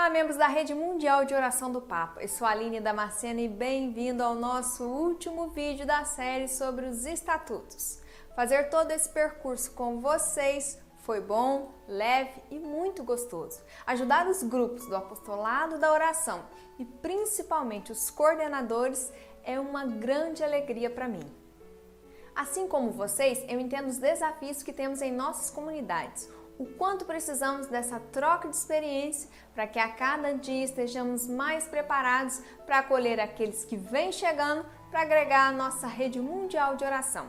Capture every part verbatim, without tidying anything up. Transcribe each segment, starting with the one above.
Olá, membros da Rede Mundial de Oração do Papa. Eu sou a Aline Damasceno e bem-vindo ao nosso último vídeo da série sobre os estatutos. Fazer todo esse percurso com vocês foi bom, leve e muito gostoso. Ajudar os grupos do apostolado da oração e principalmente os coordenadores é uma grande alegria para mim. Assim como vocês, eu entendo os desafios que temos em nossas comunidades, o quanto precisamos dessa troca de experiência para que a cada dia estejamos mais preparados para acolher aqueles que vêm chegando para agregar a nossa rede mundial de oração.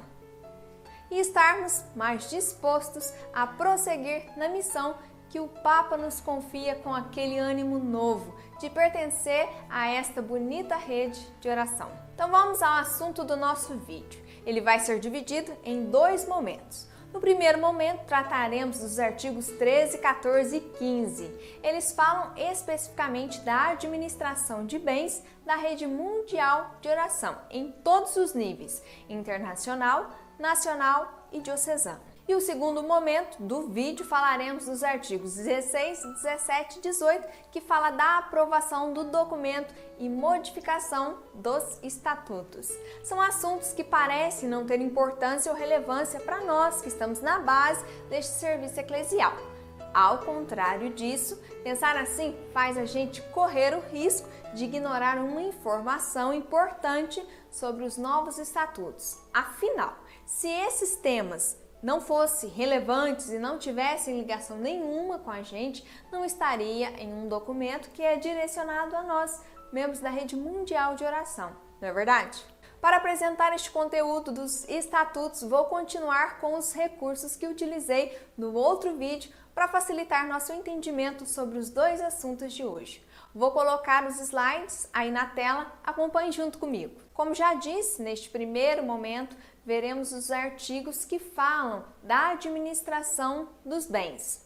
E estarmos mais dispostos a prosseguir na missão que o Papa nos confia com aquele ânimo novo de pertencer a esta bonita rede de oração. Então vamos ao assunto do nosso vídeo. Ele vai ser dividido em dois momentos. No primeiro momento, trataremos dos artigos treze, quatorze e quinze. Eles falam especificamente da administração de bens da rede mundial de oração, em todos os níveis, internacional, nacional e diocesano. E o segundo momento do vídeo falaremos dos artigos dezesseis, dezessete e dezoito, que fala da aprovação do documento e modificação dos estatutos. São assuntos que parecem não ter importância ou relevância para nós que estamos na base deste serviço eclesial. Ao contrário disso, pensar assim faz a gente correr o risco de ignorar uma informação importante sobre os novos estatutos. Afinal, se esses temas não fossem relevantes e não tivessem ligação nenhuma com a gente, não estaria em um documento que é direcionado a nós, membros da Rede Mundial de Oração, não é verdade? Para apresentar este conteúdo dos estatutos, vou continuar com os recursos que utilizei no outro vídeo para facilitar nosso entendimento sobre os dois assuntos de hoje. Vou colocar os slides aí na tela, acompanhe junto comigo. Como já disse, neste primeiro momento, veremos os artigos que falam da administração dos bens.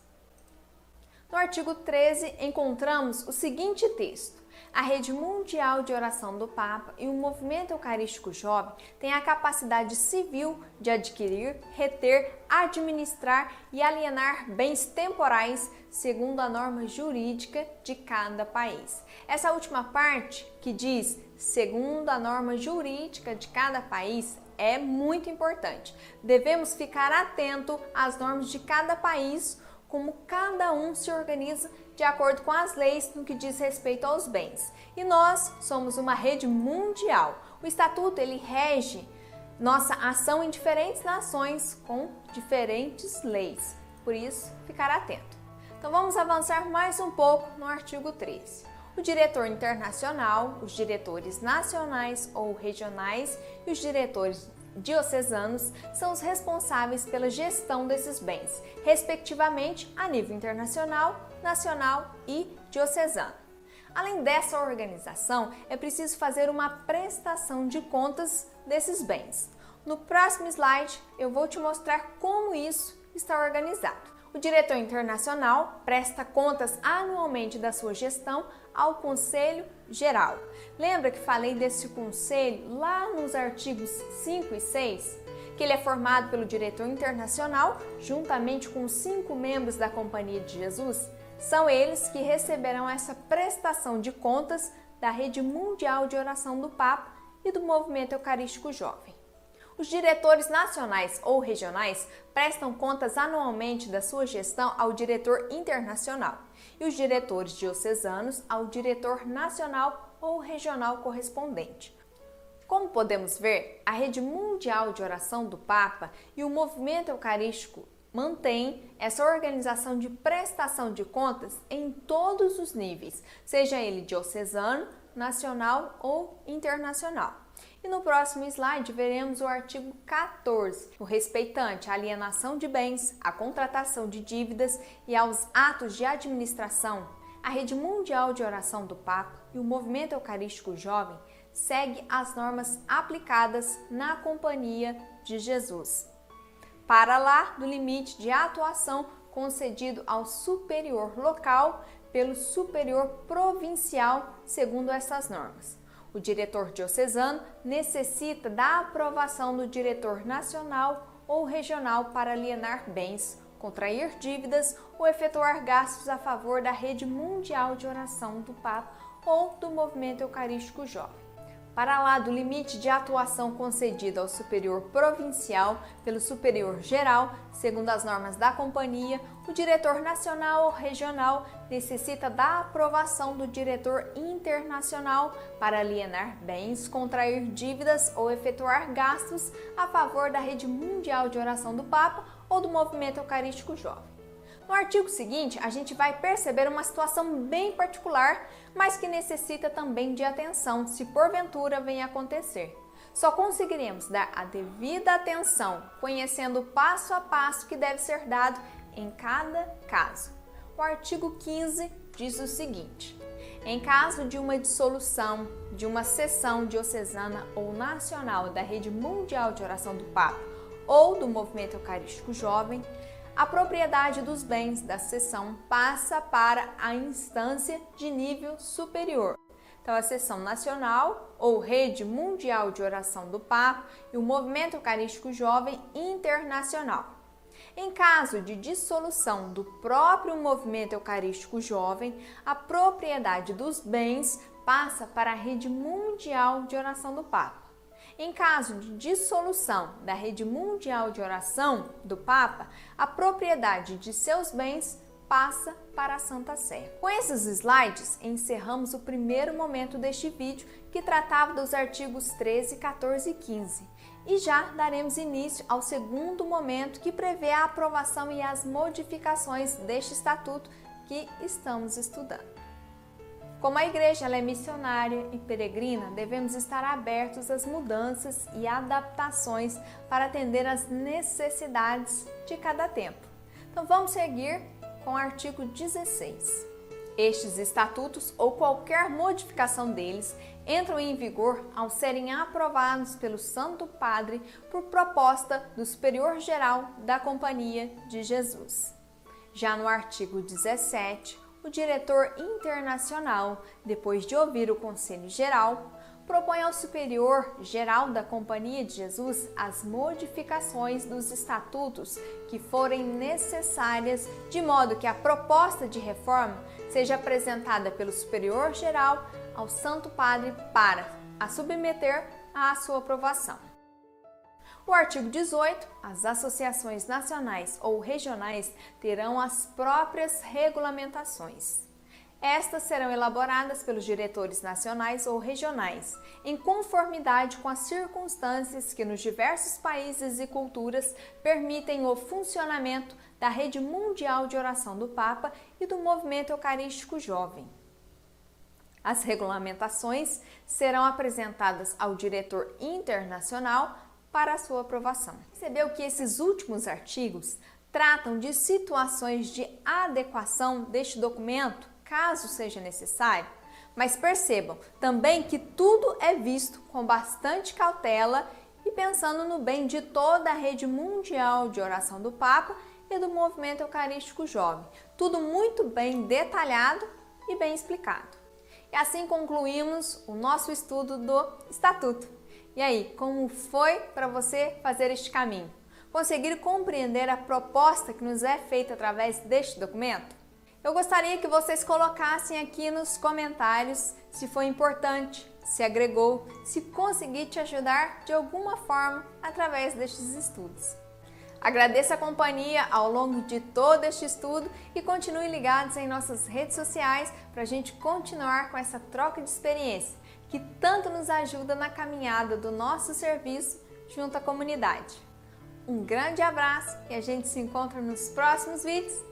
No artigo treze, encontramos o seguinte texto: a Rede Mundial de Oração do Papa e o Movimento Eucarístico Jovem têm a capacidade civil de adquirir, reter, administrar e alienar bens temporais segundo a norma jurídica de cada país. Essa última parte, que diz segundo a norma jurídica de cada país, é muito importante. Devemos ficar atento às normas de cada país, como cada um se organiza de acordo com as leis no que diz respeito aos bens. E nós somos uma rede mundial. O estatuto ele rege nossa ação em diferentes nações com diferentes leis. Por isso, ficar atento. Então vamos avançar mais um pouco no artigo treze. O diretor internacional, os diretores nacionais ou regionais e os diretores diocesanos são os responsáveis pela gestão desses bens, respectivamente a nível internacional, nacional e diocesano. Além dessa organização, é preciso fazer uma prestação de contas desses bens. No próximo slide, eu vou te mostrar como isso está organizado. O diretor internacional presta contas anualmente da sua gestão ao Conselho Geral. Lembra que falei desse conselho lá nos artigos cinco e seis? Que ele é formado pelo diretor internacional, juntamente com os cinco membros da Companhia de Jesus? São eles que receberão essa prestação de contas da Rede Mundial de Oração do Papa e do Movimento Eucarístico Jovem. Os diretores nacionais ou regionais prestam contas anualmente da sua gestão ao diretor internacional e os diretores diocesanos ao diretor nacional ou regional correspondente. Como podemos ver, a Rede Mundial de Oração do Papa e o Movimento Eucarístico mantêm essa organização de prestação de contas em todos os níveis, seja ele diocesano, nacional ou internacional. E no próximo slide veremos o artigo quatorze, o respeitante à alienação de bens, à contratação de dívidas e aos atos de administração. A Rede Mundial de Oração do Papa e o Movimento Eucarístico Jovem segue as normas aplicadas na Companhia de Jesus, para lá do limite de atuação concedido ao superior local pelo superior provincial, segundo essas normas. O diretor diocesano necessita da aprovação do diretor nacional ou regional para alienar bens, contrair dívidas ou efetuar gastos a favor da rede mundial de oração do Papa ou do movimento eucarístico jovem. Para lá do limite de atuação concedido ao superior provincial pelo superior geral, segundo as normas da companhia, o diretor nacional ou regional necessita da aprovação do diretor internacional para alienar bens, contrair dívidas ou efetuar gastos a favor da rede mundial de oração do Papa ou do movimento eucarístico jovem. No artigo seguinte, a gente vai perceber uma situação bem particular, mas que necessita também de atenção se porventura venha acontecer. Só conseguiremos dar a devida atenção conhecendo o passo a passo que deve ser dado em cada caso. O artigo quinze diz o seguinte: em caso de uma dissolução de uma seção diocesana ou nacional da rede mundial de oração do Papa ou do movimento eucarístico jovem, a propriedade dos bens da seção passa para a instância de nível superior. Então, a seção nacional ou rede mundial de oração do Papa e o movimento eucarístico jovem internacional. Em caso de dissolução do próprio movimento eucarístico jovem, a propriedade dos bens passa para a rede mundial de oração do Papa. Em caso de dissolução da rede mundial de oração do Papa, a propriedade de seus bens passa para a Santa Sé. Com esses slides, encerramos o primeiro momento deste vídeo, que tratava dos artigos treze, quatorze e quinze. E já daremos início ao segundo momento, que prevê a aprovação e as modificações deste estatuto que estamos estudando. Como a igreja ela é missionária e peregrina, devemos estar abertos às mudanças e adaptações para atender às necessidades de cada tempo. Então vamos seguir com o artigo dezesseis. Estes estatutos ou qualquer modificação deles entram em vigor ao serem aprovados pelo Santo Padre por proposta do Superior Geral da Companhia de Jesus. Já no artigo dezessete, o diretor internacional, depois de ouvir o Conselho Geral, propõe ao Superior Geral da Companhia de Jesus as modificações dos estatutos que forem necessárias, de modo que a proposta de reforma seja apresentada pelo Superior Geral ao Santo Padre para a submeter à sua aprovação. O artigo dezoito, as associações nacionais ou regionais terão as próprias regulamentações. Estas serão elaboradas pelos diretores nacionais ou regionais, em conformidade com as circunstâncias que nos diversos países e culturas permitem o funcionamento da rede mundial de oração do Papa e do movimento eucarístico jovem. As regulamentações serão apresentadas ao diretor internacional para a sua aprovação. Percebeu que esses últimos artigos tratam de situações de adequação deste documento, caso seja necessário? Mas percebam também que tudo é visto com bastante cautela e pensando no bem de toda a rede mundial de oração do Papa e do movimento eucarístico jovem. Tudo muito bem detalhado e bem explicado. E assim concluímos o nosso estudo do Estatuto. E aí, como foi para você fazer este caminho? Conseguir compreender a proposta que nos é feita através deste documento? Eu gostaria que vocês colocassem aqui nos comentários se foi importante, se agregou, se conseguir te ajudar de alguma forma através destes estudos. Agradeço a companhia ao longo de todo este estudo e continue ligados em nossas redes sociais para a gente continuar com essa troca de experiência que tanto nos ajuda na caminhada do nosso serviço junto à comunidade. Um grande abraço e a gente se encontra nos próximos vídeos.